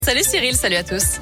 Salut Cyril, salut à tous.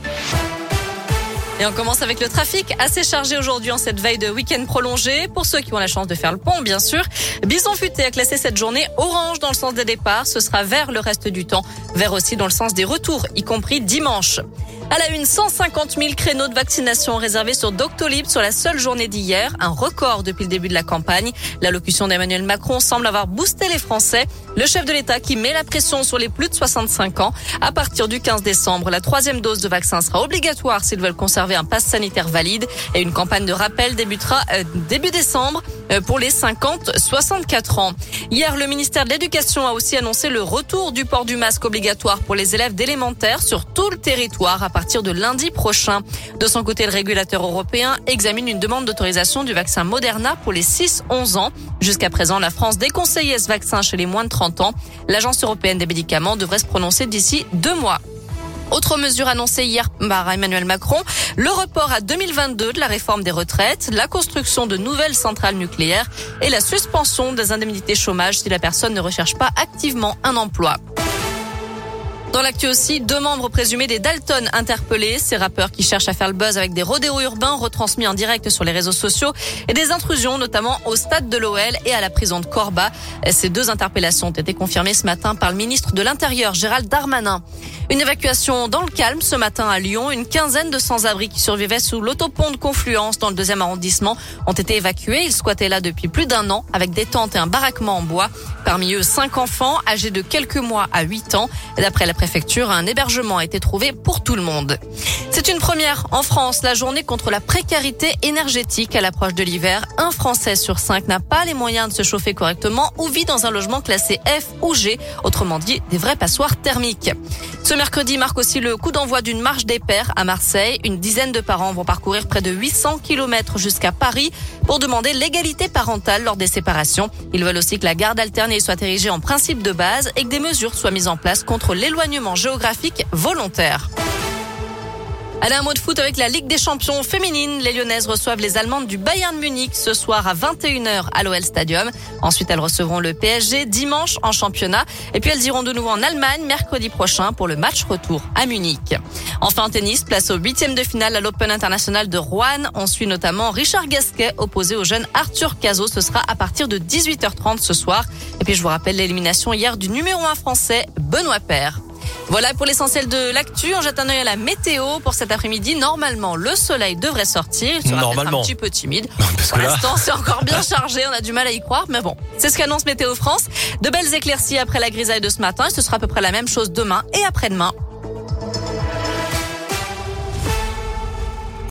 Et on commence avec le trafic assez chargé aujourd'hui en cette veille de week-end prolongé. Pour ceux qui ont la chance de faire le pont, bien sûr. Bison Futé a classé cette journée orange dans le sens des départs. Ce sera vert le reste du temps. Vert aussi dans le sens des retours, y compris dimanche. À la une, 150 000 créneaux de vaccination réservés sur Doctolib sur la seule journée d'hier. Un record depuis le début de la campagne. L'allocution d'Emmanuel Macron semble avoir boosté les Français. Le chef de l'État qui met la pression sur les plus de 65 ans. À partir du 15 décembre, la 3e dose de vaccin sera obligatoire s'ils veulent conserver un pass sanitaire valide. Et une campagne de rappel débutera début décembre pour les 50-64 ans. Hier, le ministère de l'Éducation a aussi annoncé le retour du port du masque obligatoire pour les élèves d'élémentaire sur tout le territoire à partir de lundi prochain. De son côté, le régulateur européen examine une demande d'autorisation du vaccin Moderna pour les 6-11 ans. Jusqu'à présent, la France déconseillait ce vaccin chez les moins de 30 ans. L'Agence européenne des médicaments devrait se prononcer d'ici 2 mois. Autre mesure annoncée hier par Emmanuel Macron, le report à 2022 de la réforme des retraites, la construction de nouvelles centrales nucléaires et la suspension des indemnités chômage si la personne ne recherche pas activement un emploi. Dans l'actu aussi, 2 membres présumés des Dalton interpellés. Ces rappeurs qui cherchent à faire le buzz avec des rodéos urbains retransmis en direct sur les réseaux sociaux et des intrusions notamment au stade de l'OL et à la prison de Corba. Ces 2 interpellations ont été confirmées ce matin par le ministre de l'Intérieur, Gérald Darmanin. Une évacuation dans le calme ce matin à Lyon. Une quinzaine de sans-abri qui survivaient sous l'autopont de Confluence dans le 2e arrondissement ont été évacués. Ils squattaient là depuis plus d'1 an avec des tentes et un baraquement en bois. Parmi eux, 5 enfants âgés de quelques mois à 8 ans. D'après la préfecture, un hébergement a été trouvé pour tout le monde. C'est une première en France, la journée contre la précarité énergétique à l'approche de l'hiver. Un Français sur 5 n'a pas les moyens de se chauffer correctement ou vit dans un logement classé F ou G, autrement dit des vraies passoires thermiques. Ce mercredi marque aussi le coup d'envoi d'une marche des pères à Marseille. Une dizaine de parents vont parcourir près de 800 kilomètres jusqu'à Paris pour demander l'égalité parentale lors des séparations. Ils veulent aussi que la garde alternée soit érigée en principe de base et que des mesures soient mises en place contre l'éloignement géographique volontaire. Allez, un mot de foot avec la Ligue des Champions féminine. Les Lyonnaises reçoivent les Allemandes du Bayern Munich ce soir à 21h à l'OL Stadium. Ensuite, elles recevront le PSG dimanche en championnat. Et puis, elles iront de nouveau en Allemagne mercredi prochain pour le match retour à Munich. Enfin, en tennis, place au 8e de finale à l'Open International de Rouen. On suit notamment Richard Gasquet opposé au jeune Arthur Cazaux. Ce sera à partir de 18h30 ce soir. Et puis, je vous rappelle l'élimination hier du numéro 1 français, Benoît Paire. Voilà pour l'essentiel de l'actu. On jette un œil à la météo pour cet après-midi. Normalement, le soleil devrait sortir. Il sera peut-être un petit peu timide. Pour l'instant, c'est encore bien chargé. On a du mal à y croire, mais bon. C'est ce qu'annonce Météo France. De belles éclaircies après la grisaille de ce matin. Et ce sera à peu près la même chose demain et après-demain.